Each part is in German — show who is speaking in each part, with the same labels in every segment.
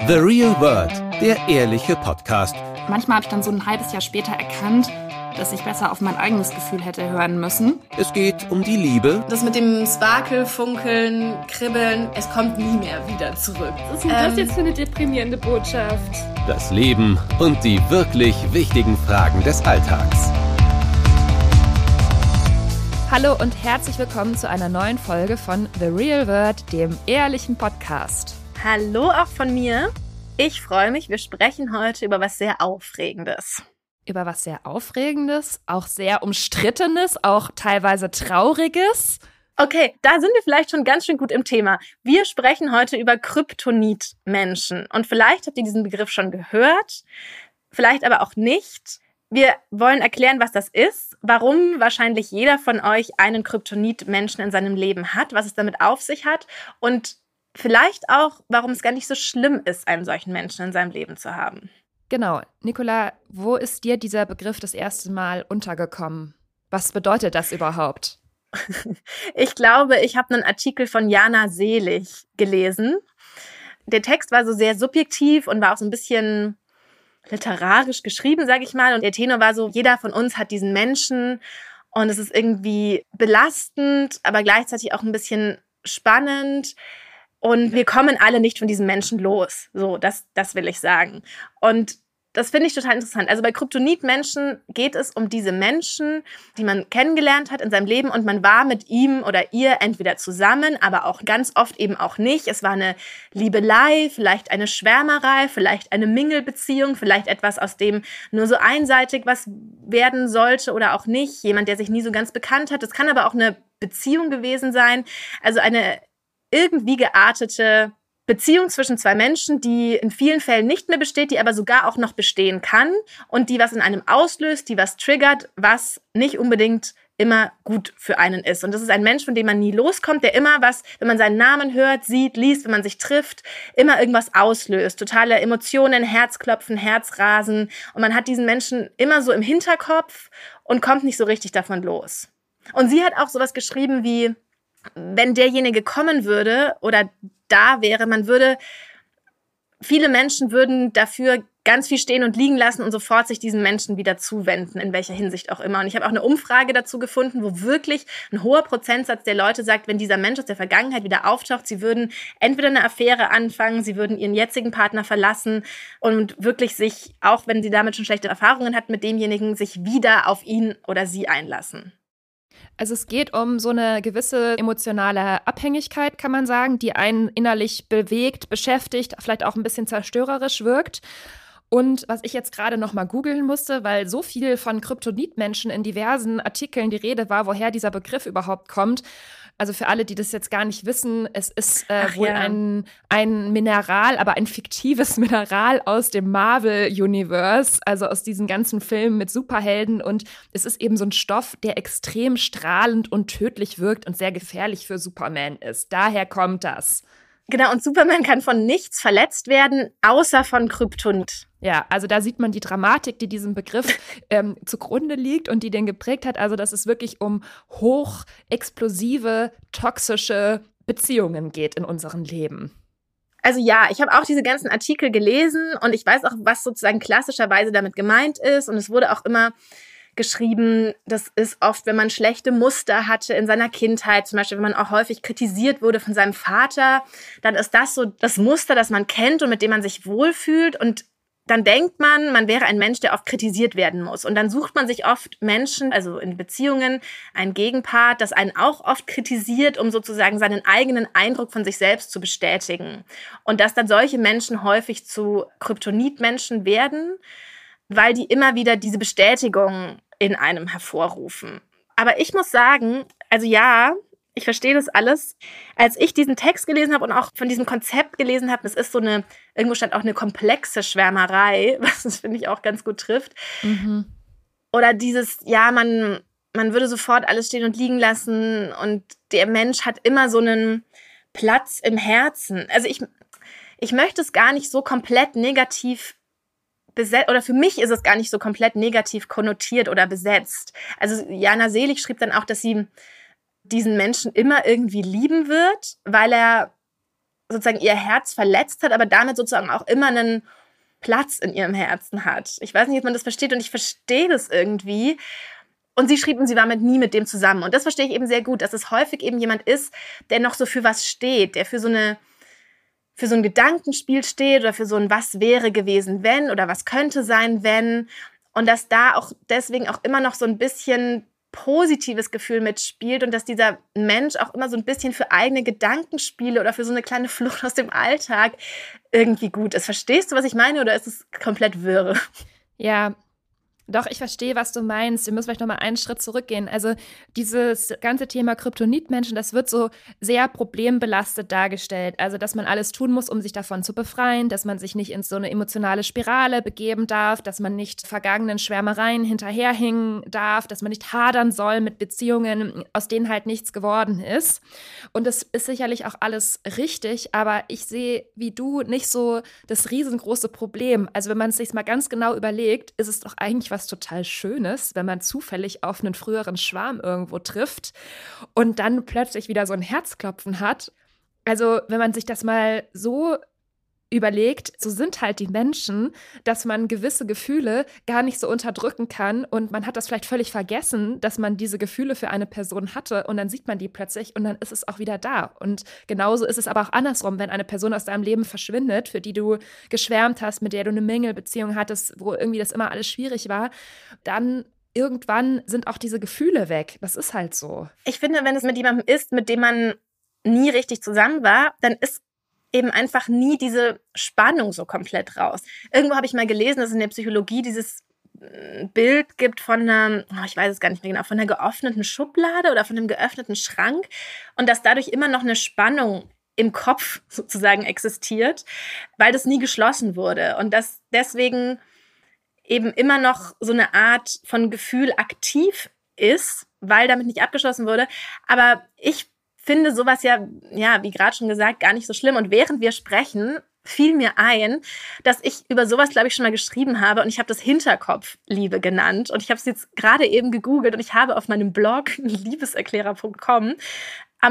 Speaker 1: The Real World, der ehrliche Podcast.
Speaker 2: Manchmal habe ich dann so ein halbes Jahr später erkannt, dass ich besser auf mein eigenes Gefühl hätte hören müssen.
Speaker 1: Es geht um die Liebe.
Speaker 3: Das mit dem Sparkel, Funkeln, Kribbeln, es kommt nie mehr wieder zurück.
Speaker 4: Was ist denn das jetzt für eine deprimierende Botschaft?
Speaker 1: Das Leben und die wirklich wichtigen Fragen des Alltags.
Speaker 4: Hallo und herzlich willkommen zu einer neuen Folge von The Real World, dem ehrlichen Podcast.
Speaker 3: Hallo auch von mir. Ich freue mich, wir sprechen heute über was sehr Aufregendes.
Speaker 4: Über was sehr Aufregendes, auch sehr Umstrittenes, auch teilweise Trauriges.
Speaker 3: Okay, da sind wir vielleicht schon ganz schön gut im Thema. Wir sprechen heute über Kryptonit-Menschen. Und vielleicht habt ihr diesen Begriff schon gehört, vielleicht aber auch nicht. Wir wollen erklären, was das ist, warum wahrscheinlich jeder von euch einen Kryptonit-Menschen in seinem Leben hat, was es damit auf sich hat und vielleicht auch, warum es gar nicht so schlimm ist, einen solchen Menschen in seinem Leben zu haben.
Speaker 4: Genau. Nicola, wo ist dir dieser Begriff das erste Mal untergekommen? Was bedeutet das überhaupt?
Speaker 3: Ich glaube, ich habe einen Artikel von Jana Selig gelesen. Der Text war so sehr subjektiv und war auch so ein bisschen literarisch geschrieben, sage ich mal. Und der Tenor war so, jeder von uns hat diesen Menschen und es ist irgendwie belastend, aber gleichzeitig auch ein bisschen spannend. Und wir kommen alle nicht von diesem Menschen los. So, das will ich sagen. Und das finde ich total interessant. Also bei Kryptonit-Menschen geht es um diese Menschen, die man kennengelernt hat in seinem Leben und man war mit ihm oder ihr entweder zusammen, aber auch ganz oft eben auch nicht. Es war eine Liebelei, vielleicht eine Schwärmerei, vielleicht eine Mingelbeziehung, vielleicht etwas, aus dem nur so einseitig was werden sollte oder auch nicht. Jemand, der sich nie so ganz bekannt hat. Es kann aber auch eine Beziehung gewesen sein. Also eine irgendwie geartete Beziehung zwischen zwei Menschen, die in vielen Fällen nicht mehr besteht, die aber sogar auch noch bestehen kann und die was in einem auslöst, die was triggert, was nicht unbedingt immer gut für einen ist. Und das ist ein Mensch, von dem man nie loskommt, der immer was, wenn man seinen Namen hört, sieht, liest, wenn man sich trifft, immer irgendwas auslöst. Totale Emotionen, Herzklopfen, Herzrasen. Und man hat diesen Menschen immer so im Hinterkopf und kommt nicht so richtig davon los. Und sie hat auch sowas geschrieben wie, wenn derjenige kommen würde oder da wäre, viele Menschen würden dafür ganz viel stehen und liegen lassen und sofort sich diesen Menschen wieder zuwenden, in welcher Hinsicht auch immer. Und ich habe auch eine Umfrage dazu gefunden, wo wirklich ein hoher Prozentsatz der Leute sagt, wenn dieser Mensch aus der Vergangenheit wieder auftaucht, sie würden entweder eine Affäre anfangen, sie würden ihren jetzigen Partner verlassen und wirklich sich, auch wenn sie damit schon schlechte Erfahrungen hatten mit demjenigen, sich wieder auf ihn oder sie einlassen.
Speaker 4: Also es geht um so eine gewisse emotionale Abhängigkeit, kann man sagen, die einen innerlich bewegt, beschäftigt, vielleicht auch ein bisschen zerstörerisch wirkt. Und was ich jetzt gerade noch mal googeln musste, weil so viel von Kryptonit-Menschen in diversen Artikeln die Rede war, woher dieser Begriff überhaupt kommt. Also für alle, die das jetzt gar nicht wissen, es ist wohl ein Mineral, aber ein fiktives Mineral aus dem Marvel-Universe, also aus diesen ganzen Filmen mit Superhelden. Und es ist eben so ein Stoff, der extrem strahlend und tödlich wirkt und sehr gefährlich für Superman ist. Daher kommt das.
Speaker 3: Genau, und Superman kann von nichts verletzt werden, außer von Kryptonit.
Speaker 4: Ja, also da sieht man die Dramatik, die diesem Begriff zugrunde liegt und die den geprägt hat. Also dass es wirklich um hochexplosive, toxische Beziehungen geht in unserem Leben.
Speaker 3: Also ja, ich habe auch diese ganzen Artikel gelesen und ich weiß auch, was sozusagen klassischerweise damit gemeint ist. Und es wurde auch immer geschrieben, das ist oft, wenn man schlechte Muster hatte in seiner Kindheit, zum Beispiel, wenn man auch häufig kritisiert wurde von seinem Vater, dann ist das so das Muster, das man kennt und mit dem man sich wohlfühlt und dann denkt man wäre ein Mensch, der oft kritisiert werden muss. Und dann sucht man sich oft Menschen, also in Beziehungen, ein Gegenpart, das einen auch oft kritisiert, um sozusagen seinen eigenen Eindruck von sich selbst zu bestätigen. Und dass dann solche Menschen häufig zu Kryptonit-Menschen werden, weil die immer wieder diese Bestätigung in einem hervorrufen. Aber ich muss sagen, also ja, ich verstehe das alles. Als ich diesen Text gelesen habe und auch von diesem Konzept gelesen habe, es ist so eine, irgendwo stand auch eine komplexe Schwärmerei, was das, finde ich, auch ganz gut trifft. Mhm. Oder dieses, ja, man würde sofort alles stehen und liegen lassen und der Mensch hat immer so einen Platz im Herzen. Also ich möchte es gar nicht so komplett negativ besetzt, oder für mich ist es gar nicht so komplett negativ konnotiert oder besetzt. Also Jana Selig schrieb dann auch, dass sie diesen Menschen immer irgendwie lieben wird, weil er sozusagen ihr Herz verletzt hat, aber damit sozusagen auch immer einen Platz in ihrem Herzen hat. Ich weiß nicht, ob man das versteht und ich verstehe das irgendwie. Und sie schrieb, und sie war nie mit dem zusammen. Und das verstehe ich eben sehr gut, dass es häufig eben jemand ist, der noch so für was steht, der für so ein Gedankenspiel steht oder für so ein Was wäre gewesen, wenn oder was könnte sein, wenn. Und dass da auch deswegen auch immer noch so ein bisschen positives Gefühl mitspielt und dass dieser Mensch auch immer so ein bisschen für eigene Gedankenspiele oder für so eine kleine Flucht aus dem Alltag irgendwie gut ist. Verstehst du, was ich meine, oder ist es komplett wirr?
Speaker 4: Ja, doch, ich verstehe, was du meinst. Wir müssen vielleicht nochmal einen Schritt zurückgehen. Also dieses ganze Thema Kryptonitmenschen, das wird so sehr problembelastet dargestellt. Also, dass man alles tun muss, um sich davon zu befreien, dass man sich nicht in so eine emotionale Spirale begeben darf, dass man nicht vergangenen Schwärmereien hinterherhängen darf, dass man nicht hadern soll mit Beziehungen, aus denen halt nichts geworden ist. Und das ist sicherlich auch alles richtig, aber ich sehe, wie du, nicht so das riesengroße Problem. Also, wenn man es sich mal ganz genau überlegt, ist es doch eigentlich was total Schönes, wenn man zufällig auf einen früheren Schwarm irgendwo trifft und dann plötzlich wieder so ein Herzklopfen hat. Also wenn man sich das mal so überlegt, so sind halt die Menschen, dass man gewisse Gefühle gar nicht so unterdrücken kann und man hat das vielleicht völlig vergessen, dass man diese Gefühle für eine Person hatte und dann sieht man die plötzlich und dann ist es auch wieder da. Und genauso ist es aber auch andersrum, wenn eine Person aus deinem Leben verschwindet, für die du geschwärmt hast, mit der du eine Mingelbeziehung hattest, wo irgendwie das immer alles schwierig war, dann irgendwann sind auch diese Gefühle weg. Das ist halt so.
Speaker 3: Ich finde, wenn es mit jemandem ist, mit dem man nie richtig zusammen war, dann ist eben einfach nie diese Spannung so komplett raus. Irgendwo habe ich mal gelesen, dass es in der Psychologie dieses Bild gibt von einer, ich weiß es gar nicht mehr genau, von einer geöffneten Schublade oder von einem geöffneten Schrank und dass dadurch immer noch eine Spannung im Kopf sozusagen existiert, weil das nie geschlossen wurde und dass deswegen eben immer noch so eine Art von Gefühl aktiv ist, weil damit nicht abgeschlossen wurde. Aber ich finde sowas ja, wie gerade schon gesagt, gar nicht so schlimm. Und während wir sprechen, fiel mir ein, dass ich über sowas, glaube ich, schon mal geschrieben habe. Und ich habe das Hinterkopfliebe genannt. Und ich habe es jetzt gerade eben gegoogelt. Und ich habe auf meinem Blog liebeserklärer.com am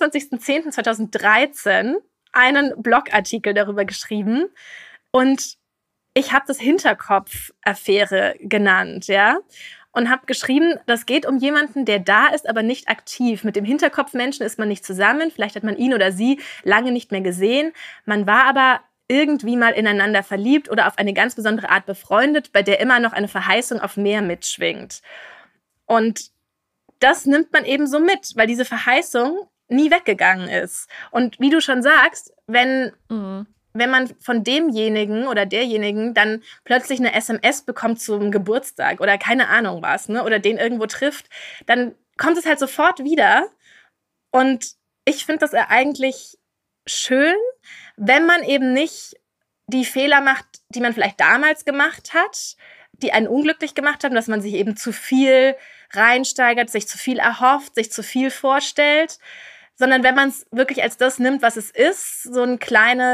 Speaker 3: 21.10.2013 einen Blogartikel darüber geschrieben. Und ich habe das Hinterkopf-Affäre genannt, ja. Und habe geschrieben, das geht um jemanden, der da ist, aber nicht aktiv. Mit dem Hinterkopfmenschen ist man nicht zusammen. Vielleicht hat man ihn oder sie lange nicht mehr gesehen. Man war aber irgendwie mal ineinander verliebt oder auf eine ganz besondere Art befreundet, bei der immer noch eine Verheißung auf mehr mitschwingt. Und das nimmt man eben so mit, weil diese Verheißung nie weggegangen ist. Und wie du schon sagst, wenn man von demjenigen oder derjenigen dann plötzlich eine SMS bekommt zum Geburtstag oder keine Ahnung was, ne, oder den irgendwo trifft, dann kommt es halt sofort wieder. Und ich finde das eigentlich schön, wenn man eben nicht die Fehler macht, die man vielleicht damals gemacht hat, die einen unglücklich gemacht haben, dass man sich eben zu viel reinsteigert, sich zu viel erhofft, sich zu viel vorstellt, sondern wenn man es wirklich als das nimmt, was es ist, so ein kleiner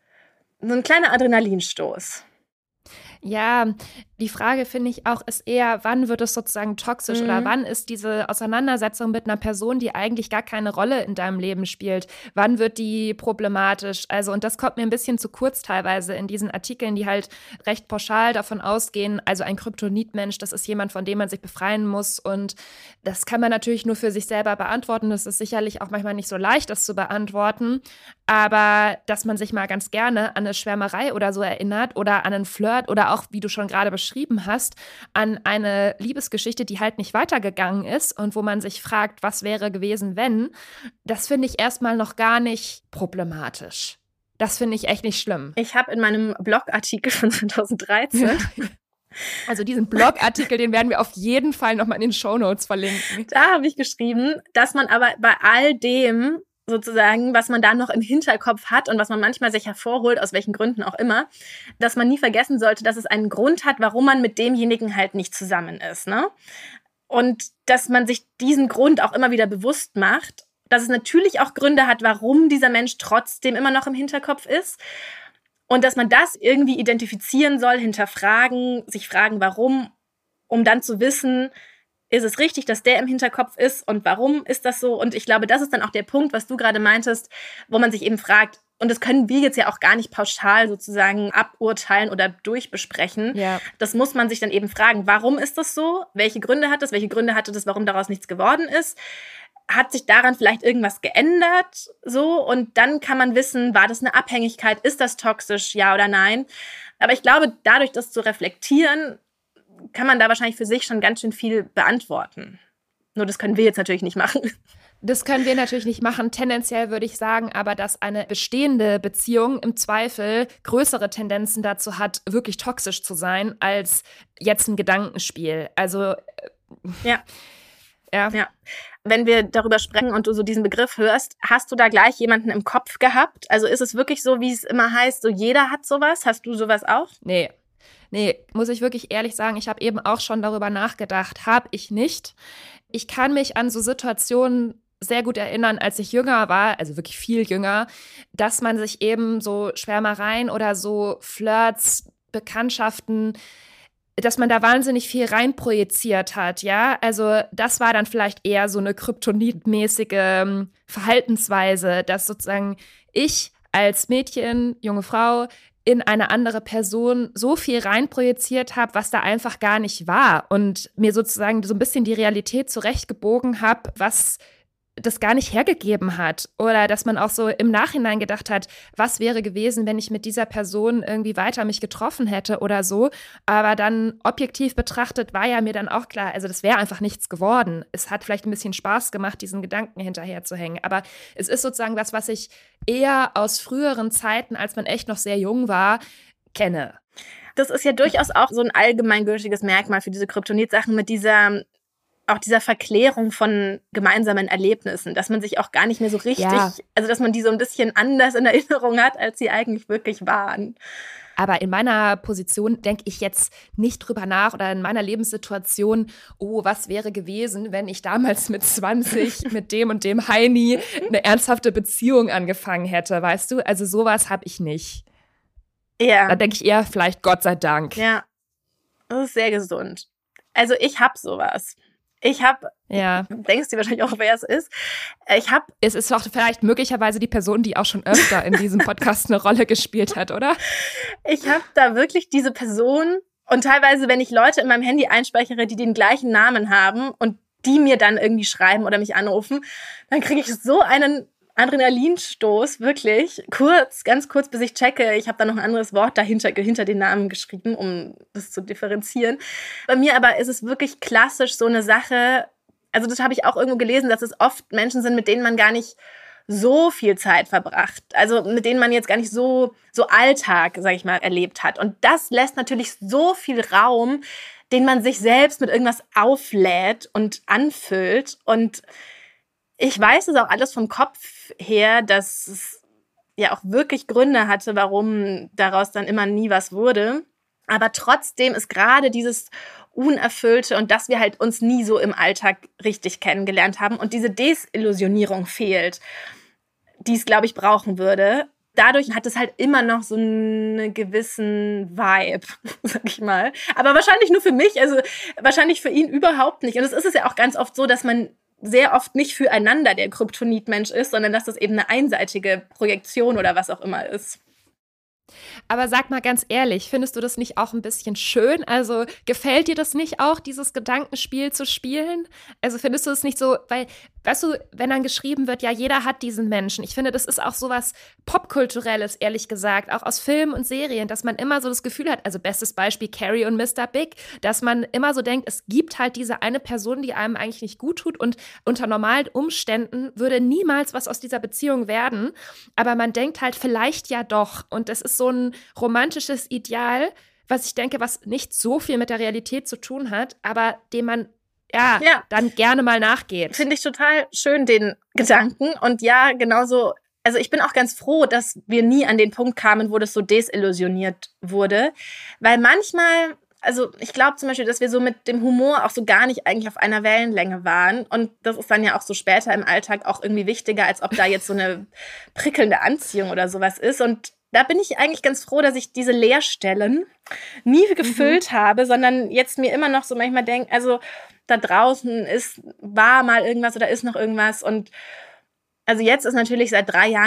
Speaker 3: Adrenalinstoß.
Speaker 4: Ja, die Frage, finde ich auch, ist eher, wann wird es sozusagen toxisch oder wann ist diese Auseinandersetzung mit einer Person, die eigentlich gar keine Rolle in deinem Leben spielt, wann wird die problematisch? Also, und das kommt mir ein bisschen zu kurz teilweise in diesen Artikeln, die halt recht pauschal davon ausgehen, also ein Kryptonitmensch, das ist jemand, von dem man sich befreien muss und das kann man natürlich nur für sich selber beantworten. Das ist sicherlich auch manchmal nicht so leicht, das zu beantworten, aber dass man sich mal ganz gerne an eine Schwärmerei oder so erinnert oder an einen Flirt oder auch, wie du schon gerade beschrieben hast, an eine Liebesgeschichte, die halt nicht weitergegangen ist und wo man sich fragt, was wäre gewesen, wenn, das finde ich erstmal noch gar nicht problematisch. Das finde ich echt nicht schlimm.
Speaker 3: Ich habe in meinem Blogartikel von 2013
Speaker 4: also diesen Blogartikel, den werden wir auf jeden Fall nochmal in den Shownotes verlinken.
Speaker 3: Da habe ich geschrieben, dass man aber bei all dem sozusagen, was man da noch im Hinterkopf hat und was man manchmal sich hervorholt, aus welchen Gründen auch immer, dass man nie vergessen sollte, dass es einen Grund hat, warum man mit demjenigen halt nicht zusammen ist, ne? Und dass man sich diesen Grund auch immer wieder bewusst macht, dass es natürlich auch Gründe hat, warum dieser Mensch trotzdem immer noch im Hinterkopf ist und dass man das irgendwie identifizieren soll, hinterfragen, sich fragen, warum, um dann zu wissen, ist es richtig, dass der im Hinterkopf ist und warum ist das so? Und ich glaube, das ist dann auch der Punkt, was du gerade meintest, wo man sich eben fragt, Und das können wir jetzt ja auch gar nicht pauschal sozusagen aburteilen oder durchbesprechen.
Speaker 4: Ja.
Speaker 3: Das muss man sich dann eben fragen, warum ist das so? Welche Gründe hat das? Welche Gründe hatte das, warum daraus nichts geworden ist? Hat sich daran vielleicht irgendwas geändert? So, und dann kann man wissen, war das eine Abhängigkeit? Ist das toxisch? Ja oder nein? Aber ich glaube, dadurch, das zu reflektieren, kann man da wahrscheinlich für sich schon ganz schön viel beantworten. Nur das können wir jetzt natürlich nicht machen.
Speaker 4: Das können wir natürlich nicht machen. Tendenziell würde ich sagen, aber dass eine bestehende Beziehung im Zweifel größere Tendenzen dazu hat, wirklich toxisch zu sein, als jetzt ein Gedankenspiel. Also
Speaker 3: Ja. Wenn wir darüber sprechen und du so diesen Begriff hörst, hast du da gleich jemanden im Kopf gehabt? Also ist es wirklich so, wie es immer heißt, so jeder hat sowas? Hast du sowas auch?
Speaker 4: Nee, muss ich wirklich ehrlich sagen, ich habe eben auch schon darüber nachgedacht, habe ich nicht. Ich kann mich an so Situationen sehr gut erinnern, als ich jünger war, also wirklich viel jünger, dass man sich eben so Schwärmereien oder so Flirts, Bekanntschaften, dass man da wahnsinnig viel reinprojiziert hat, ja. Also das war dann vielleicht eher so eine kryptonitmäßige Verhaltensweise, dass sozusagen ich als Mädchen, junge Frau, in eine andere Person so viel reinprojiziert habe, was da einfach gar nicht war und mir sozusagen so ein bisschen die Realität zurechtgebogen habe, was das gar nicht hergegeben hat. Oder dass man auch so im Nachhinein gedacht hat, was wäre gewesen, wenn ich mit dieser Person irgendwie weiter mich getroffen hätte oder so. Aber dann objektiv betrachtet war ja mir dann auch klar, also das wäre einfach nichts geworden. Es hat vielleicht ein bisschen Spaß gemacht, diesen Gedanken hinterher zu hängen. Aber es ist sozusagen was ich eher aus früheren Zeiten, als man echt noch sehr jung war, kenne.
Speaker 3: Das ist ja durchaus auch so ein allgemeingültiges Merkmal für diese Kryptonit-Sachen mit dieser Verklärung von gemeinsamen Erlebnissen, dass man sich auch gar nicht mehr so richtig, also dass man die so ein bisschen anders in Erinnerung hat, als sie eigentlich wirklich waren.
Speaker 4: Aber in meiner Position denke ich jetzt nicht drüber nach oder in meiner Lebenssituation, oh, was wäre gewesen, wenn ich damals mit 20 mit dem und dem Heini eine ernsthafte Beziehung angefangen hätte, weißt du? Also sowas habe ich nicht.
Speaker 3: Ja.
Speaker 4: Da denke ich eher vielleicht Gott sei Dank.
Speaker 3: Ja, das ist sehr gesund. Also ich habe sowas. Denkst du wahrscheinlich auch, wer es ist?
Speaker 4: Es ist doch vielleicht möglicherweise die Person, die auch schon öfter in diesem Podcast eine Rolle gespielt hat, oder?
Speaker 3: Ich habe da wirklich diese Person und teilweise, wenn ich Leute in meinem Handy einspeichere, die den gleichen Namen haben und die mir dann irgendwie schreiben oder mich anrufen, dann kriege ich so einen Adrenalinstoß, wirklich, ganz kurz, bis ich checke. Ich habe da noch ein anderes Wort dahinter, hinter den Namen geschrieben, um das zu differenzieren. Bei mir aber ist es wirklich klassisch so eine Sache, also das habe ich auch irgendwo gelesen, dass es oft Menschen sind, mit denen man gar nicht so viel Zeit verbracht, also mit denen man jetzt gar nicht so Alltag, sag ich mal, erlebt hat. Und das lässt natürlich so viel Raum, den man sich selbst mit irgendwas auflädt und anfüllt. Und ich weiß es auch alles vom Kopf her, dass es ja auch wirklich Gründe hatte, warum daraus dann immer nie was wurde. Aber trotzdem ist gerade dieses Unerfüllte und dass wir halt uns nie so im Alltag richtig kennengelernt haben und diese Desillusionierung fehlt, die es, glaube ich, brauchen würde. Dadurch hat es halt immer noch so einen gewissen Vibe, sag ich mal. Aber wahrscheinlich nur für mich, also wahrscheinlich für ihn überhaupt nicht. Und es ist ja auch ganz oft so, dass man sehr oft nicht füreinander der Kryptonit-Mensch ist, sondern dass das eben eine einseitige Projektion oder was auch immer ist.
Speaker 4: Aber sag mal ganz ehrlich, findest du das nicht auch ein bisschen schön? Also gefällt dir das nicht auch, dieses Gedankenspiel zu spielen? Also findest du es nicht so, weil, weißt du, wenn dann geschrieben wird, ja, jeder hat diesen Menschen. Ich finde, das ist auch sowas Popkulturelles, ehrlich gesagt, auch aus Filmen und Serien, dass man immer so das Gefühl hat, also bestes Beispiel Carrie und Mr. Big, dass man immer so denkt, es gibt halt diese eine Person, die einem eigentlich nicht gut tut und unter normalen Umständen würde niemals was aus dieser Beziehung werden. Aber man denkt halt vielleicht ja doch. Und das ist so ein romantisches Ideal, was ich denke, was nicht so viel mit der Realität zu tun hat, aber dem man dann gerne mal nachgeht.
Speaker 3: Finde ich total schön, den Gedanken. Und ja, genauso, also ich bin auch ganz froh, dass wir nie an den Punkt kamen, wo das so desillusioniert wurde. Weil manchmal, also ich glaube zum Beispiel, dass wir so mit dem Humor auch so gar nicht eigentlich auf einer Wellenlänge waren. Und das ist dann ja auch so später im Alltag auch irgendwie wichtiger, als ob da jetzt so eine prickelnde Anziehung oder sowas ist. Und da bin ich eigentlich ganz froh, dass ich diese Leerstellen nie gefüllt habe, sondern jetzt mir immer noch so manchmal denke, also da draußen war mal irgendwas oder ist noch irgendwas. Und also jetzt ist natürlich seit 3 Jahren auch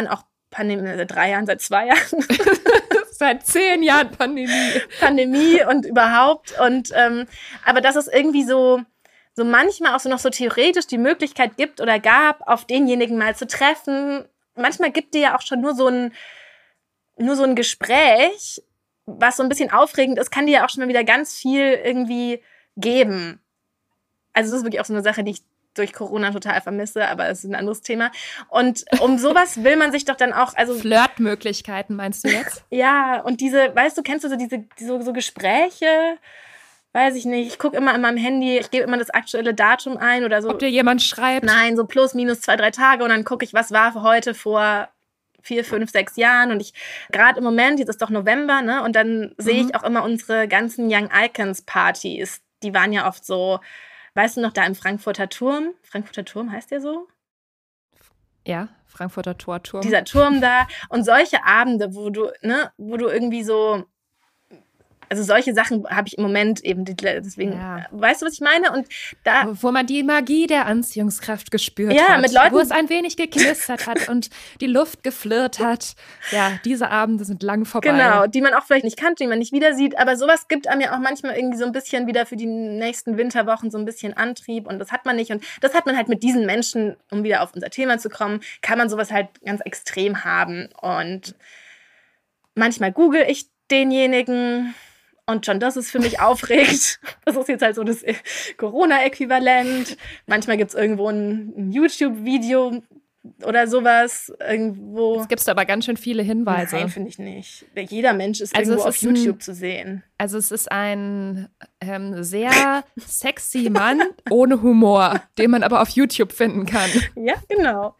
Speaker 3: Pandemie, seit 3 Jahren, seit 2 Jahren.
Speaker 4: Seit 10 Jahren
Speaker 3: Pandemie und überhaupt. Und aber dass es irgendwie so manchmal auch so noch so theoretisch die Möglichkeit gibt oder gab, auf denjenigen mal zu treffen. Manchmal gibt dir ja auch schon nur so ein Gespräch, was so ein bisschen aufregend ist, kann dir ja auch schon mal wieder ganz viel irgendwie geben. Also das ist wirklich auch so eine Sache, die ich durch Corona total vermisse, aber es ist ein anderes Thema. Und um sowas will man sich doch dann auch, also
Speaker 4: Flirtmöglichkeiten meinst du jetzt?
Speaker 3: Ja, und diese, weißt du, kennst du so Gespräche? Weiß ich nicht, ich gucke immer in meinem Handy, ich gebe immer das aktuelle Datum ein oder so.
Speaker 4: Ob dir jemand schreibt?
Speaker 3: Nein, so plus, minus 2, 3 Tage und dann gucke ich, was war für heute vor 4, 5, 6 Jahren und ich, gerade im Moment, jetzt ist doch November, ne, und dann sehe ich auch immer unsere ganzen Young Icons Partys, die waren ja oft so, weißt du noch, da im Frankfurter Turm heißt der so?
Speaker 4: Ja, Frankfurter Torturm.
Speaker 3: Dieser Turm da und solche Abende, wo du irgendwie so, also solche Sachen habe ich im Moment eben, deswegen, weißt du, was ich meine? Und da,
Speaker 4: wo man die Magie der Anziehungskraft gespürt
Speaker 3: ja,
Speaker 4: hat,
Speaker 3: mit Leuten,
Speaker 4: wo es ein wenig geknistert hat und die Luft geflirrt hat. Ja, diese Abende sind lang vorbei.
Speaker 3: Genau, die man auch vielleicht nicht kannte, die man nicht wieder sieht, aber sowas gibt einem ja auch manchmal irgendwie so ein bisschen wieder für die nächsten Winterwochen so ein bisschen Antrieb und das hat man nicht und das hat man halt mit diesen Menschen, um wieder auf unser Thema zu kommen, kann man sowas halt ganz extrem haben und manchmal google ich denjenigen. Und schon das ist für mich aufregend. Das ist jetzt halt so das Corona-Äquivalent. Manchmal gibt es irgendwo ein YouTube-Video oder sowas. Irgendwo.
Speaker 4: Jetzt gibst du aber ganz schön viele Hinweise.
Speaker 3: Nein, finde ich nicht. Jeder Mensch ist irgendwo auf YouTube zu sehen.
Speaker 4: Also es ist ein sehr sexy Mann ohne Humor, den man aber auf YouTube finden kann.
Speaker 3: Ja, genau.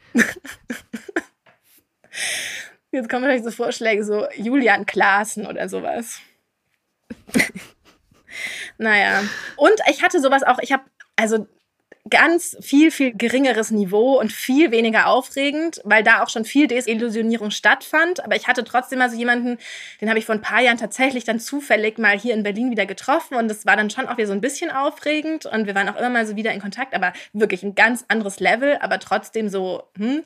Speaker 3: Jetzt kommen vielleicht so Vorschläge, so Julian Klaassen oder sowas. Naja, und ich hatte sowas auch, ich habe also ganz viel geringeres Niveau und viel weniger aufregend, weil da auch schon viel Desillusionierung stattfand, aber ich hatte trotzdem mal so jemanden, den habe ich vor ein paar Jahren tatsächlich dann zufällig mal hier in Berlin wieder getroffen und das war dann schon auch wieder so ein bisschen aufregend und wir waren auch immer mal so wieder in Kontakt, aber wirklich ein ganz anderes Level, aber trotzdem so,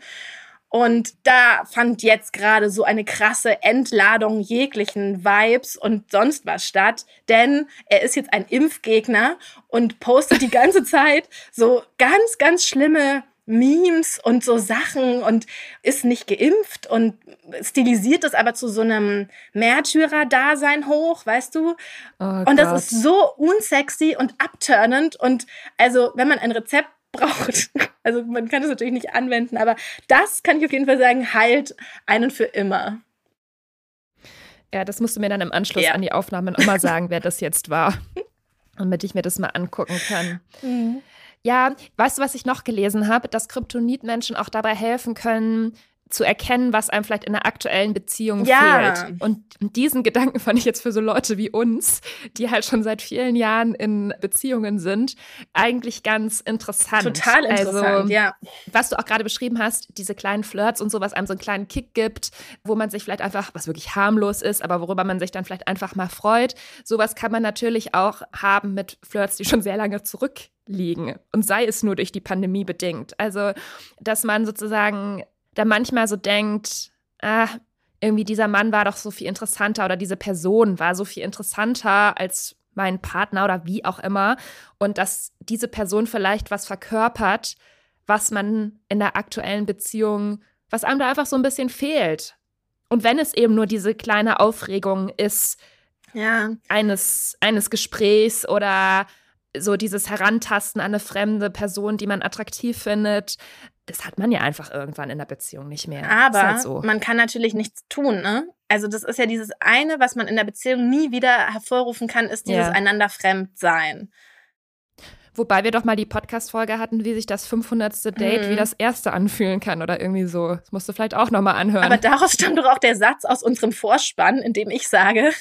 Speaker 3: Und da fand jetzt gerade so eine krasse Entladung jeglichen Vibes und sonst was statt, denn er ist jetzt ein Impfgegner und postet die ganze Zeit so ganz, ganz schlimme Memes und so Sachen und ist nicht geimpft und stilisiert das aber zu so einem Märtyrer-Dasein hoch, weißt du?
Speaker 4: Oh
Speaker 3: und das
Speaker 4: Gott.
Speaker 3: ist so unsexy und abturnend und also, wenn man ein Rezept braucht. Also man kann es natürlich nicht anwenden, aber das kann ich auf jeden Fall sagen, heilt einen für immer.
Speaker 4: Ja, das musst du mir dann im Anschluss an die Aufnahme nochmal sagen, wer das jetzt war, damit ich mir das mal angucken kann.
Speaker 3: Mhm.
Speaker 4: Ja, weißt du, was ich noch gelesen habe? Dass Kryptonit-Menschen auch dabei helfen können, zu erkennen, was einem vielleicht in einer aktuellen Beziehung fehlt. Und diesen Gedanken fand ich jetzt für so Leute wie uns, die halt schon seit vielen Jahren in Beziehungen sind, eigentlich ganz interessant.
Speaker 3: Total interessant, ja.
Speaker 4: Was du auch gerade beschrieben hast, diese kleinen Flirts und so, was einem so einen kleinen Kick gibt, wo man sich vielleicht einfach, was wirklich harmlos ist, aber worüber man sich dann vielleicht einfach mal freut. Sowas kann man natürlich auch haben mit Flirts, die schon sehr lange zurückliegen. Und sei es nur durch die Pandemie bedingt. Also, dass man sozusagen da manchmal so denkt, irgendwie dieser Mann war doch so viel interessanter oder diese Person war so viel interessanter als mein Partner oder wie auch immer und dass diese Person vielleicht was verkörpert, was man in der aktuellen Beziehung, was einem da einfach so ein bisschen fehlt. Und wenn es eben nur diese kleine Aufregung ist, eines Gesprächs oder so dieses Herantasten an eine fremde Person, die man attraktiv findet, das hat man ja einfach irgendwann in der Beziehung nicht mehr.
Speaker 3: Aber
Speaker 4: ist halt so.
Speaker 3: Man kann natürlich nichts tun, ne? Also das ist ja dieses eine, was man in der Beziehung nie wieder hervorrufen kann, ist dieses einander fremd sein.
Speaker 4: Wobei wir doch mal die Podcast-Folge hatten, wie sich das 500. Date wie das erste anfühlen kann oder irgendwie so. Das musst du vielleicht auch nochmal anhören.
Speaker 3: Aber daraus stammt doch auch der Satz aus unserem Vorspann, in dem ich sage,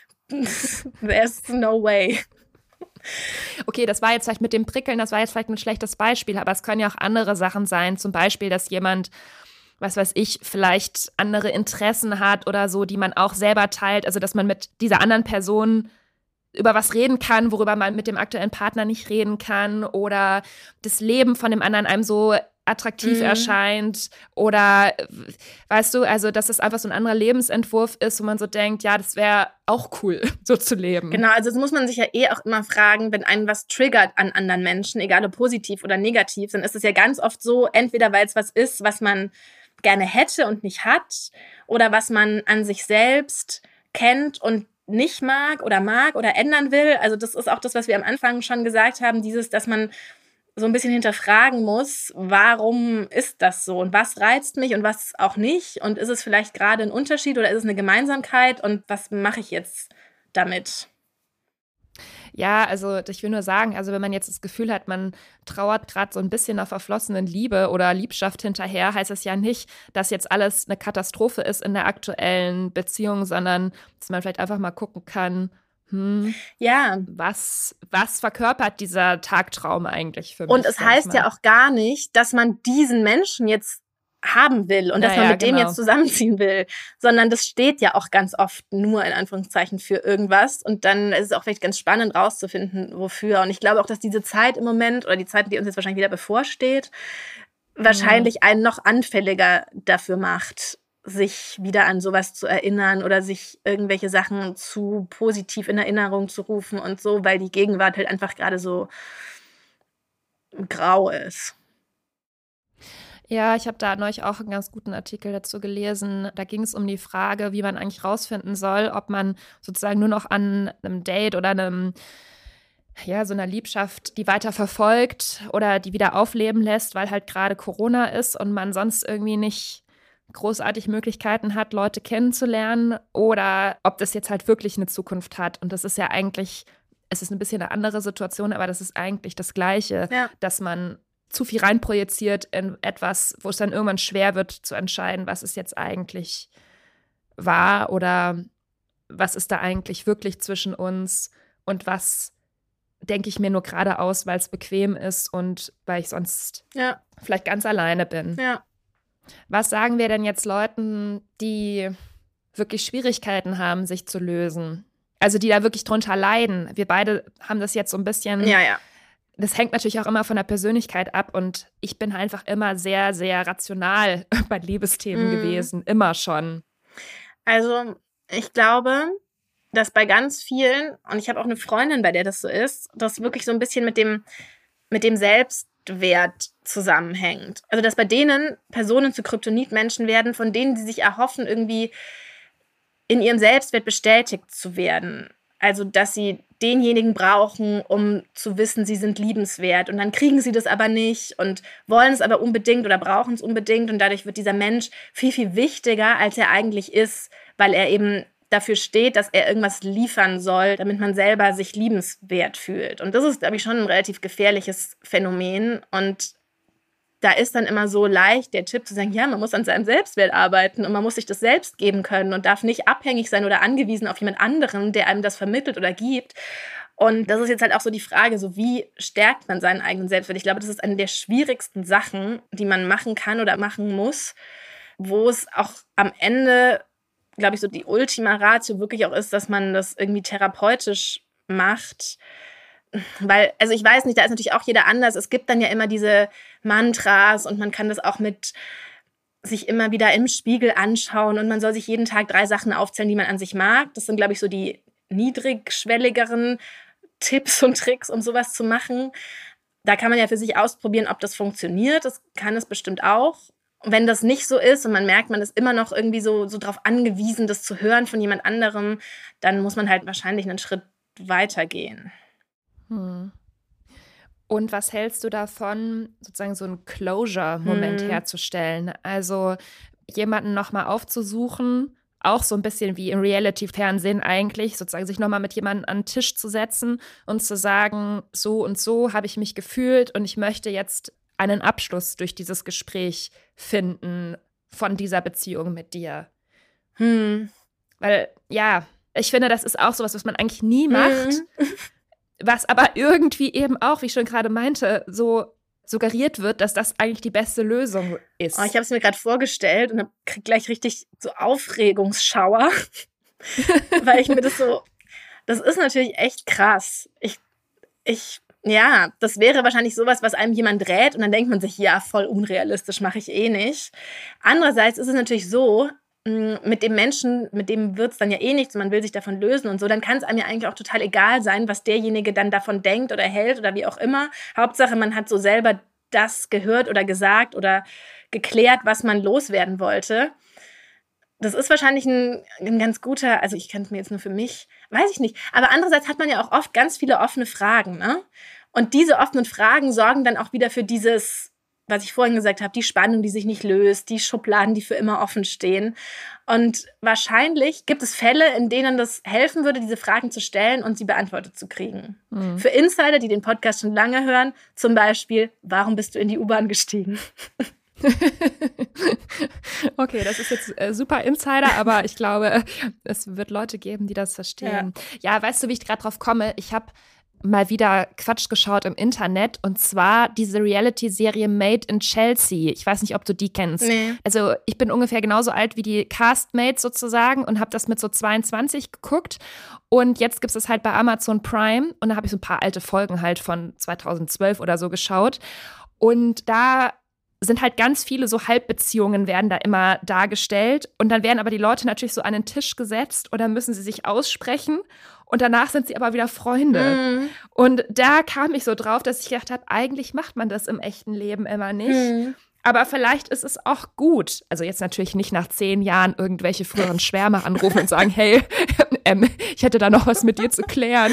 Speaker 3: there's no way.
Speaker 4: Okay, das war jetzt vielleicht mit dem Prickeln, das war jetzt vielleicht ein schlechtes Beispiel, aber es können ja auch andere Sachen sein. Zum Beispiel, dass jemand, was weiß ich, vielleicht andere Interessen hat oder so, die man auch selber teilt. Also, dass man mit dieser anderen Person über was reden kann, worüber man mit dem aktuellen Partner nicht reden kann oder das Leben von dem anderen einem so attraktiv erscheint oder, weißt du, also dass es einfach so ein anderer Lebensentwurf ist, wo man so denkt, ja, das wäre auch cool, so zu leben.
Speaker 3: Genau, also das muss man sich ja auch immer fragen, wenn einen was triggert an anderen Menschen, egal ob positiv oder negativ, dann ist es ja ganz oft so, entweder weil es was ist, was man gerne hätte und nicht hat, oder was man an sich selbst kennt und nicht mag oder ändern will. Also das ist auch das, was wir am Anfang schon gesagt haben, dass man so ein bisschen hinterfragen muss, warum ist das so und was reizt mich und was auch nicht und ist es vielleicht gerade ein Unterschied oder ist es eine Gemeinsamkeit und was mache ich jetzt damit?
Speaker 4: Ja, also ich will nur sagen, also wenn man jetzt das Gefühl hat, man trauert gerade so ein bisschen nach verflossenen Liebe oder Liebschaft hinterher, heißt es ja nicht, dass jetzt alles eine Katastrophe ist in der aktuellen Beziehung, sondern dass man vielleicht einfach mal gucken kann,
Speaker 3: ja,
Speaker 4: was verkörpert dieser Tagtraum eigentlich für mich?
Speaker 3: Und es heißt ja auch gar nicht, dass man diesen Menschen jetzt haben will und dass man mit dem jetzt zusammenziehen will, sondern das steht ja auch ganz oft nur in Anführungszeichen für irgendwas und dann ist es auch vielleicht ganz spannend rauszufinden, wofür. Und ich glaube auch, dass diese Zeit im Moment oder die Zeit, die uns jetzt wahrscheinlich wieder bevorsteht, wahrscheinlich einen noch anfälliger dafür macht, sich wieder an sowas zu erinnern oder sich irgendwelche Sachen zu positiv in Erinnerung zu rufen und so, weil die Gegenwart halt einfach gerade so grau ist.
Speaker 4: Ja, ich habe da neulich auch einen ganz guten Artikel dazu gelesen. Da ging es um die Frage, wie man eigentlich rausfinden soll, ob man sozusagen nur noch an einem Date oder so einer Liebschaft die weiter verfolgt oder die wieder aufleben lässt, weil halt gerade Corona ist und man sonst irgendwie nicht großartig Möglichkeiten hat, Leute kennenzulernen oder ob das jetzt halt wirklich eine Zukunft hat. Und das ist ja eigentlich, es ist ein bisschen eine andere Situation, aber das ist eigentlich das Gleiche, dass man zu viel reinprojiziert in etwas, wo es dann irgendwann schwer wird zu entscheiden, was ist jetzt eigentlich wahr oder was ist da eigentlich wirklich zwischen uns und was denke ich mir nur gerade aus, weil es bequem ist und weil ich sonst vielleicht ganz alleine bin.
Speaker 3: Ja.
Speaker 4: Was sagen wir denn jetzt Leuten, die wirklich Schwierigkeiten haben, sich zu lösen? Also die da wirklich drunter leiden. Wir beide haben das jetzt so ein bisschen.
Speaker 3: Ja.
Speaker 4: Das hängt natürlich auch immer von der Persönlichkeit ab und ich bin einfach immer sehr, sehr rational bei Liebesthemen gewesen. Immer schon.
Speaker 3: Also ich glaube, dass bei ganz vielen, und ich habe auch eine Freundin, bei der das so ist, das wirklich so ein bisschen mit dem Selbstwert zusammenhängt. Also dass bei denen Personen zu Kryptonitmenschen werden, von denen sie sich erhoffen, irgendwie in ihrem Selbstwert bestätigt zu werden. Also dass sie denjenigen brauchen, um zu wissen, sie sind liebenswert. Und dann kriegen sie das aber nicht und wollen es aber unbedingt oder brauchen es unbedingt. Und dadurch wird dieser Mensch viel, viel wichtiger, als er eigentlich ist, weil er eben dafür steht, dass er irgendwas liefern soll, damit man selber sich liebenswert fühlt. Und das ist, glaube ich, schon ein relativ gefährliches Phänomen. Und da ist dann immer so leicht der Tipp zu sagen, ja, man muss an seinem Selbstwert arbeiten und man muss sich das selbst geben können und darf nicht abhängig sein oder angewiesen auf jemand anderen, der einem das vermittelt oder gibt. Und das ist jetzt halt auch so die Frage, so wie stärkt man seinen eigenen Selbstwert? Ich glaube, das ist eine der schwierigsten Sachen, die man machen kann oder machen muss, wo es auch am Ende, glaube ich, so die Ultima Ratio wirklich auch ist, dass man das irgendwie therapeutisch macht. Weil, also ich weiß nicht, da ist natürlich auch jeder anders. Es gibt dann ja immer diese Mantras und man kann das auch mit sich immer wieder im Spiegel anschauen und man soll sich jeden Tag 3 Sachen aufzählen, die man an sich mag. Das sind, glaube ich, so die niedrigschwelligeren Tipps und Tricks, um sowas zu machen. Da kann man ja für sich ausprobieren, ob das funktioniert. Das kann es bestimmt auch. Und wenn das nicht so ist und man merkt, man ist immer noch irgendwie so darauf angewiesen, das zu hören von jemand anderem, dann muss man halt wahrscheinlich einen Schritt weitergehen.
Speaker 4: Und was hältst du davon, sozusagen so einen Closure-Moment herzustellen? Also jemanden nochmal aufzusuchen, auch so ein bisschen wie im Reality-Fernsehen eigentlich, sozusagen sich nochmal mit jemandem an den Tisch zu setzen und zu sagen, so und so habe ich mich gefühlt und ich möchte jetzt einen Abschluss durch dieses Gespräch finden von dieser Beziehung mit dir. Weil, ja, ich finde, das ist auch sowas, was man eigentlich nie macht. Was aber irgendwie eben auch, wie ich schon gerade meinte, so suggeriert wird, dass das eigentlich die beste Lösung ist.
Speaker 3: Oh, ich habe es mir gerade vorgestellt und kriege gleich richtig so Aufregungsschauer, weil ich mir das ist natürlich echt krass. Ich Ja, das wäre wahrscheinlich sowas, was einem jemand rät und dann denkt man sich, ja, voll unrealistisch, mache ich eh nicht. Andererseits ist es natürlich so, mit dem Menschen, mit dem wird es dann ja eh nichts und man will sich davon lösen und so, dann kann es einem ja eigentlich auch total egal sein, was derjenige dann davon denkt oder hält oder wie auch immer. Hauptsache, man hat so selber das gehört oder gesagt oder geklärt, was man loswerden wollte. Das ist wahrscheinlich ein ganz guter, also ich kann es mir jetzt nur für mich, weiß ich nicht. Aber andererseits hat man ja auch oft ganz viele offene Fragen, ne? Und diese offenen Fragen sorgen dann auch wieder für dieses, was ich vorhin gesagt habe, die Spannung, die sich nicht löst, die Schubladen, die für immer offen stehen. Und wahrscheinlich gibt es Fälle, in denen das helfen würde, diese Fragen zu stellen und sie beantwortet zu kriegen. Mhm. Für Insider, die den Podcast schon lange hören, zum Beispiel, warum bist du in die U-Bahn gestiegen?
Speaker 4: Okay, das ist jetzt super Insider, aber ich glaube, es wird Leute geben, die das verstehen. Ja, weißt du, wie ich gerade drauf komme? Ich habe mal wieder Quatsch geschaut im Internet und zwar diese Reality-Serie Made in Chelsea. Ich weiß nicht, ob du die kennst. Nee. Also ich bin ungefähr genauso alt wie die Castmates sozusagen und habe das mit so 22 geguckt und jetzt gibt es das halt bei Amazon Prime und da habe ich so ein paar alte Folgen halt von 2012 oder so geschaut und da sind halt ganz viele so Halbbeziehungen werden da immer dargestellt und dann werden aber die Leute natürlich so an den Tisch gesetzt und dann müssen sie sich aussprechen und danach sind sie aber wieder Freunde. Mhm. Und da kam ich so drauf, dass ich gedacht habe, eigentlich macht man das im echten Leben immer nicht. Mhm. Aber vielleicht ist es auch gut. Also jetzt natürlich nicht nach 10 Jahren irgendwelche früheren Schwärmer anrufen und sagen, hey, ich hätte da noch was mit dir zu klären.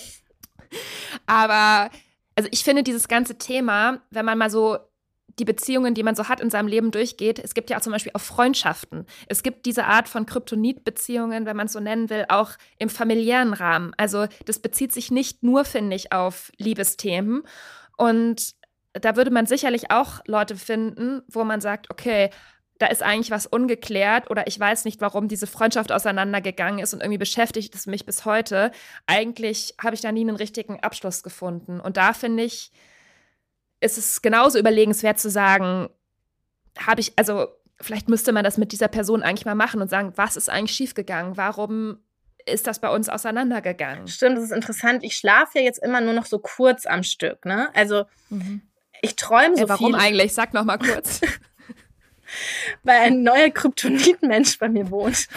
Speaker 4: Aber also ich finde dieses ganze Thema, wenn man mal so die Beziehungen, die man so hat in seinem Leben durchgeht. Es gibt ja auch zum Beispiel auch Freundschaften. Es gibt diese Art von Kryptonit-Beziehungen, wenn man es so nennen will, auch im familiären Rahmen. Also das bezieht sich nicht nur, finde ich, auf Liebesthemen. Und da würde man sicherlich auch Leute finden, wo man sagt, okay, da ist eigentlich was ungeklärt oder ich weiß nicht, warum diese Freundschaft auseinandergegangen ist und irgendwie beschäftigt es mich bis heute. Eigentlich habe ich da nie einen richtigen Abschluss gefunden. Und da finde ich, ist es genauso überlegenswert zu sagen, vielleicht müsste man das mit dieser Person eigentlich mal machen und sagen, was ist eigentlich schiefgegangen? Warum ist das bei uns auseinandergegangen?
Speaker 3: Stimmt, das ist interessant. Ich schlafe ja jetzt immer nur noch so kurz am Stück, ne? Also ich träume so viel.
Speaker 4: Warum eigentlich? Sag noch mal kurz.
Speaker 3: Weil ein neuer Kryptonit-Mensch bei mir wohnt.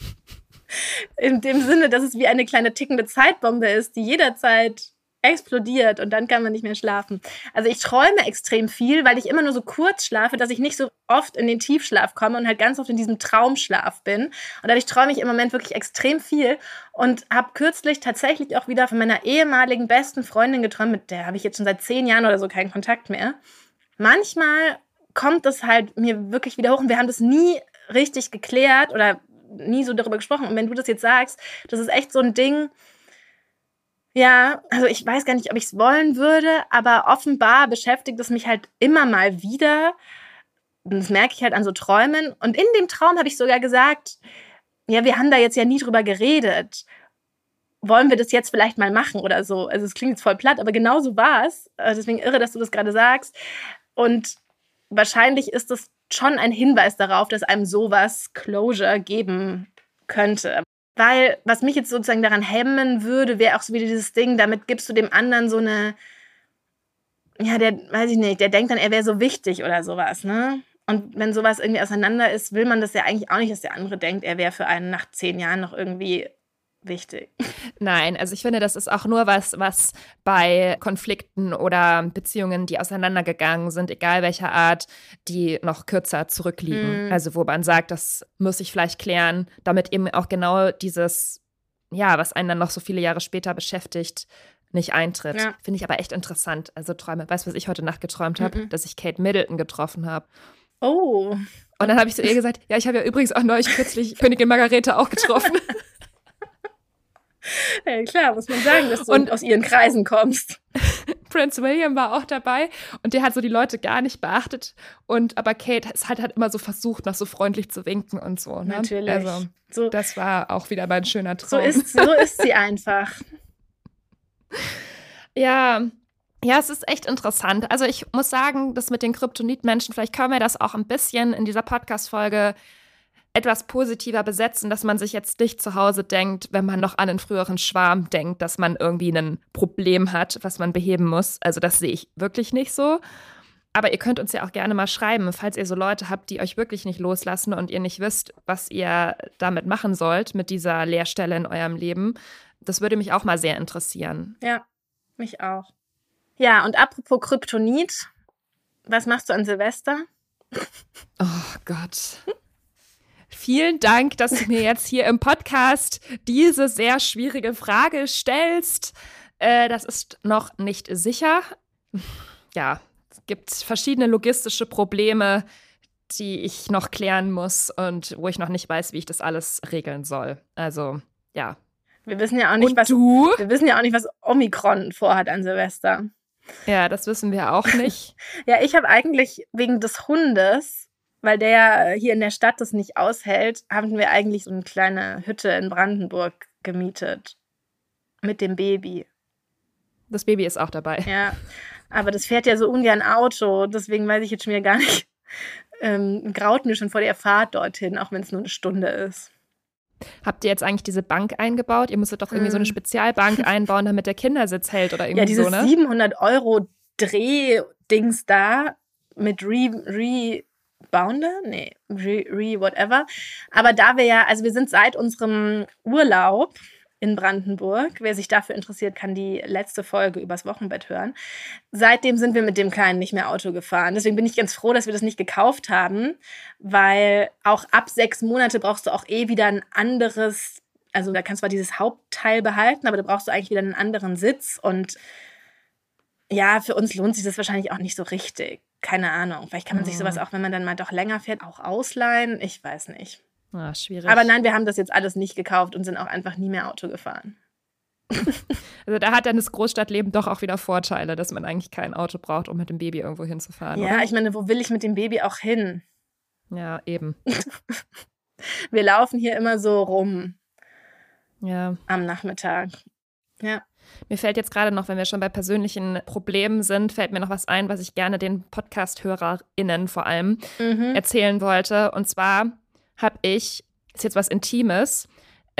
Speaker 3: In dem Sinne, dass es wie eine kleine tickende Zeitbombe ist, die jederzeit explodiert und dann kann man nicht mehr schlafen. Also ich träume extrem viel, weil ich immer nur so kurz schlafe, dass ich nicht so oft in den Tiefschlaf komme und halt ganz oft in diesem Traumschlaf bin. Und dadurch träume ich im Moment wirklich extrem viel und habe kürzlich tatsächlich auch wieder von meiner ehemaligen besten Freundin geträumt, mit der habe ich jetzt schon seit 10 Jahren oder so keinen Kontakt mehr. Manchmal kommt das halt mir wirklich wieder hoch und wir haben das nie richtig geklärt oder nie so darüber gesprochen. Und wenn du das jetzt sagst, das ist echt so ein Ding. Ja, also ich weiß gar nicht, ob ich es wollen würde, aber offenbar beschäftigt es mich halt immer mal wieder. Das merke ich halt an so Träumen. Und in dem Traum habe ich sogar gesagt, ja, wir haben da jetzt ja nie drüber geredet. Wollen wir das jetzt vielleicht mal machen oder so? Also es klingt jetzt voll platt, aber genau so war es. Deswegen irre, dass du das gerade sagst. Und wahrscheinlich ist das schon ein Hinweis darauf, dass einem sowas Closure geben könnte. Weil, was mich jetzt sozusagen daran hemmen würde, wäre auch so wieder dieses Ding, damit gibst du dem anderen so eine, ja, der denkt dann, er wäre so wichtig oder sowas, ne? Und wenn sowas irgendwie auseinander ist, will man das ja eigentlich auch nicht, dass der andere denkt, er wäre für einen nach 10 Jahren noch irgendwie wichtig.
Speaker 4: Nein, also ich finde, das ist auch nur was bei Konflikten oder Beziehungen, die auseinandergegangen sind, egal welcher Art, die noch kürzer zurückliegen. Also wo man sagt, das muss ich vielleicht klären, damit eben auch genau dieses, ja, was einen dann noch so viele Jahre später beschäftigt, nicht eintritt. Ja. Finde ich aber echt interessant. Also Träume. Weißt du, was ich heute Nacht geträumt habe? Dass ich Kate Middleton getroffen habe.
Speaker 3: Oh.
Speaker 4: Und dann habe ich zu ihr gesagt, ja, ich habe ja übrigens auch neulich kürzlich Königin Margarete auch getroffen.
Speaker 3: Ja, klar, muss man sagen, dass du aus ihren Kreisen kommst.
Speaker 4: Prince William war auch dabei und der hat so die Leute gar nicht beachtet. Aber Kate hat immer so versucht, noch so freundlich zu winken und so. Ne?
Speaker 3: Natürlich.
Speaker 4: Also,
Speaker 3: so,
Speaker 4: das war auch wieder mein schöner Traum.
Speaker 3: So ist sie einfach.
Speaker 4: Ja, es ist echt interessant. Also ich muss sagen, das mit den Kryptonit-Menschen, vielleicht können wir das auch ein bisschen in dieser Podcast-Folge etwas positiver besetzen, dass man sich jetzt nicht zu Hause denkt, wenn man noch an einen früheren Schwarm denkt, dass man irgendwie ein Problem hat, was man beheben muss. Also das sehe ich wirklich nicht so. Aber ihr könnt uns ja auch gerne mal schreiben, falls ihr so Leute habt, die euch wirklich nicht loslassen und ihr nicht wisst, was ihr damit machen sollt, mit dieser Leerstelle in eurem Leben. Das würde mich auch mal sehr interessieren.
Speaker 3: Ja, mich auch. Ja, und apropos Kryptonit, was machst du an Silvester?
Speaker 4: Oh Gott. Vielen Dank, dass du mir jetzt hier im Podcast diese sehr schwierige Frage stellst. Das ist noch nicht sicher. Ja, es gibt verschiedene logistische Probleme, die ich noch klären muss und wo ich noch nicht weiß, wie ich das alles regeln soll. Also, ja.
Speaker 3: Wir wissen ja auch nicht, was Omikron vorhat an Silvester.
Speaker 4: Ja, das wissen wir auch nicht.
Speaker 3: Ja, ich habe eigentlich wegen des Hundes, weil der hier in der Stadt das nicht aushält, haben wir eigentlich so eine kleine Hütte in Brandenburg gemietet. Mit dem Baby.
Speaker 4: Das Baby ist auch dabei.
Speaker 3: Ja, aber das fährt ja so ungern Auto. Deswegen weiß ich jetzt schon wieder gar nicht, graut mir schon vor der Fahrt dorthin, auch wenn es nur eine Stunde ist.
Speaker 4: Habt ihr jetzt eigentlich diese Bank eingebaut? Ihr müsstet doch irgendwie so eine Spezialbank einbauen, damit der Kindersitz hält oder irgendwie
Speaker 3: so, ne? Ja, dieses 700 € Dreh-Dings da mit Rebounder? Nee, whatever. Aber da wir sind seit unserem Urlaub in Brandenburg, wer sich dafür interessiert, kann die letzte Folge übers Wochenbett hören. Seitdem sind wir mit dem Kleinen nicht mehr Auto gefahren. Deswegen bin ich ganz froh, dass wir das nicht gekauft haben, weil auch ab 6 Monate brauchst du auch wieder ein anderes, also da kannst du zwar dieses Hauptteil behalten, aber da brauchst du eigentlich wieder einen anderen Sitz und ja, für uns lohnt sich das wahrscheinlich auch nicht so richtig. Keine Ahnung. Vielleicht kann man sich sowas auch, wenn man dann mal doch länger fährt, auch ausleihen. Ich weiß nicht.
Speaker 4: Ah, schwierig.
Speaker 3: Aber nein, wir haben das jetzt alles nicht gekauft und sind auch einfach nie mehr Auto gefahren.
Speaker 4: Also da hat dann das Großstadtleben doch auch wieder Vorteile, dass man eigentlich kein Auto braucht, um mit dem Baby irgendwo hinzufahren.
Speaker 3: Ja,
Speaker 4: oder?
Speaker 3: Ich meine, wo will ich mit dem Baby auch hin?
Speaker 4: Ja, eben.
Speaker 3: Wir laufen hier immer so rum.
Speaker 4: Ja.
Speaker 3: Am Nachmittag. Ja.
Speaker 4: Mir fällt jetzt gerade noch, wenn wir schon bei persönlichen Problemen sind, fällt mir noch was ein, was ich gerne den Podcast-HörerInnen vor allem erzählen wollte. Und zwar habe ich, ist jetzt was Intimes,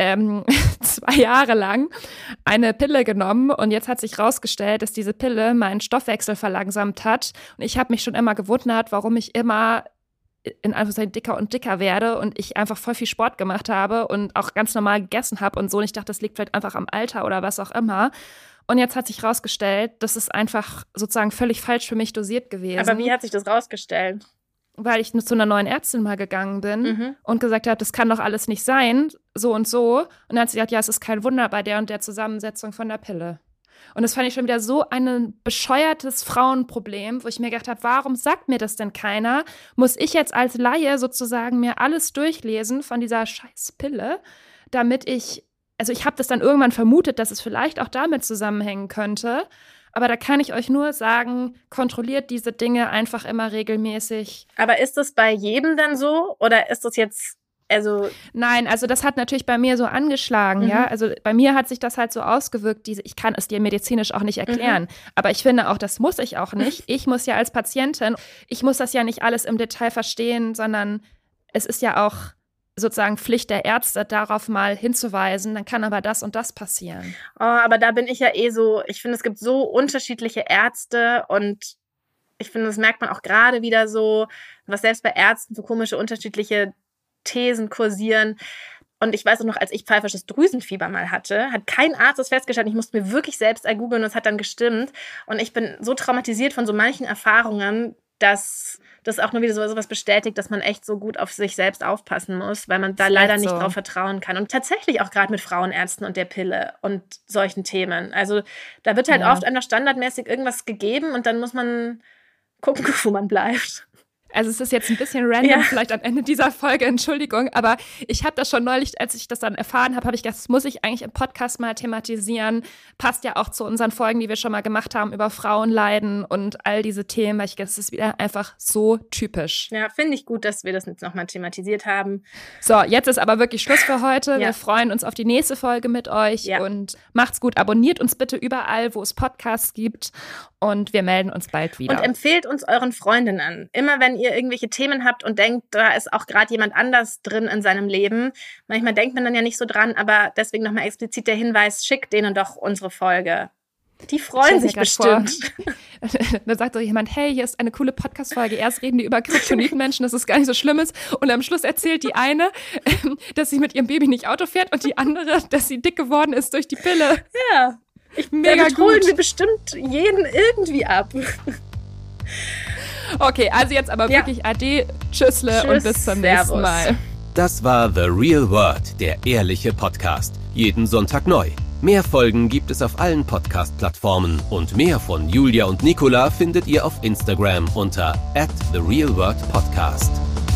Speaker 4: 2 Jahre lang eine Pille genommen und jetzt hat sich rausgestellt, dass diese Pille meinen Stoffwechsel verlangsamt hat. Und ich habe mich schon immer gewundert, warum ich immer in Anführungszeichen dicker und dicker werde und ich einfach voll viel Sport gemacht habe und auch ganz normal gegessen habe und so. Und ich dachte, das liegt vielleicht einfach am Alter oder was auch immer. Und jetzt hat sich rausgestellt, das ist einfach sozusagen völlig falsch für mich dosiert gewesen.
Speaker 3: Aber wie hat sich das rausgestellt?
Speaker 4: Weil ich zu einer neuen Ärztin mal gegangen bin und gesagt habe, das kann doch alles nicht sein, so und so. Und dann hat sie gesagt, ja, es ist kein Wunder bei der und der Zusammensetzung von der Pille. Und das fand ich schon wieder so ein bescheuertes Frauenproblem, wo ich mir gedacht habe, warum sagt mir das denn keiner? Muss ich jetzt als Laie sozusagen mir alles durchlesen von dieser scheiß Pille, damit ich habe das dann irgendwann vermutet, dass es vielleicht auch damit zusammenhängen könnte. Aber da kann ich euch nur sagen, kontrolliert diese Dinge einfach immer regelmäßig.
Speaker 3: Aber ist das bei jedem dann so? Oder ist das jetzt,
Speaker 4: Nein, also das hat natürlich bei mir so angeschlagen, ja. Also bei mir hat sich das halt so ausgewirkt, ich kann es dir medizinisch auch nicht erklären. Aber ich finde auch, das muss ich auch nicht. Ich muss ja als Patientin, ich muss das ja nicht alles im Detail verstehen, sondern es ist ja auch sozusagen Pflicht der Ärzte, darauf mal hinzuweisen, dann kann aber das und das passieren.
Speaker 3: Oh, aber da bin ich ja so, ich finde, es gibt so unterschiedliche Ärzte und ich finde, das merkt man auch gerade wieder so, was selbst bei Ärzten so komische, unterschiedliche Thesen kursieren. Und ich weiß auch noch, als ich pfeifersches Drüsenfieber mal hatte, hat kein Arzt das festgestellt. Ich musste mir wirklich selbst ergoogeln und es hat dann gestimmt. Und ich bin so traumatisiert von so manchen Erfahrungen, dass das auch nur wieder so was bestätigt, dass man echt so gut auf sich selbst aufpassen muss, weil man da leider nicht drauf vertrauen kann. Und tatsächlich auch gerade mit Frauenärzten und der Pille und solchen Themen. Also da wird halt oft einfach standardmäßig irgendwas gegeben und dann muss man gucken, wo man bleibt.
Speaker 4: Also es ist jetzt ein bisschen random, vielleicht am Ende dieser Folge, Entschuldigung, aber ich habe das schon neulich, als ich das dann erfahren habe, habe ich gedacht, das muss ich eigentlich im Podcast mal thematisieren. Passt ja auch zu unseren Folgen, die wir schon mal gemacht haben über Frauenleiden und all diese Themen, weil ich denke, das ist wieder einfach so typisch.
Speaker 3: Ja, finde ich gut, dass wir das jetzt nochmal thematisiert haben.
Speaker 4: So, jetzt ist aber wirklich Schluss für heute. Ja. Wir freuen uns auf die nächste Folge mit euch und macht's gut. Abonniert uns bitte überall, wo es Podcasts gibt und wir melden uns bald wieder.
Speaker 3: Und empfehlt uns euren Freundinnen an. Immer wenn ihr irgendwelche Themen habt und denkt, da ist auch gerade jemand anders drin in seinem Leben. Manchmal denkt man dann ja nicht so dran, aber deswegen nochmal explizit der Hinweis, schickt denen doch unsere Folge. Die freuen sich bestimmt.
Speaker 4: Da sagt so jemand, hey, hier ist eine coole Podcast-Folge. Erst reden die über Kryptonitenmenschen, dass es gar nicht so schlimm ist. Und am Schluss erzählt die eine, dass sie mit ihrem Baby nicht Auto fährt und die andere, dass sie dick geworden ist durch die Pille.
Speaker 3: Ja, damit holen wir bestimmt jeden irgendwie ab.
Speaker 4: Okay, also jetzt aber wirklich Ade, Tschüssle und bis zum nächsten Mal.
Speaker 1: Das war The Real World, der ehrliche Podcast. Jeden Sonntag neu. Mehr Folgen gibt es auf allen Podcast-Plattformen und mehr von Julia und Nicola findet ihr auf Instagram unter @TheRealWorldPodcast.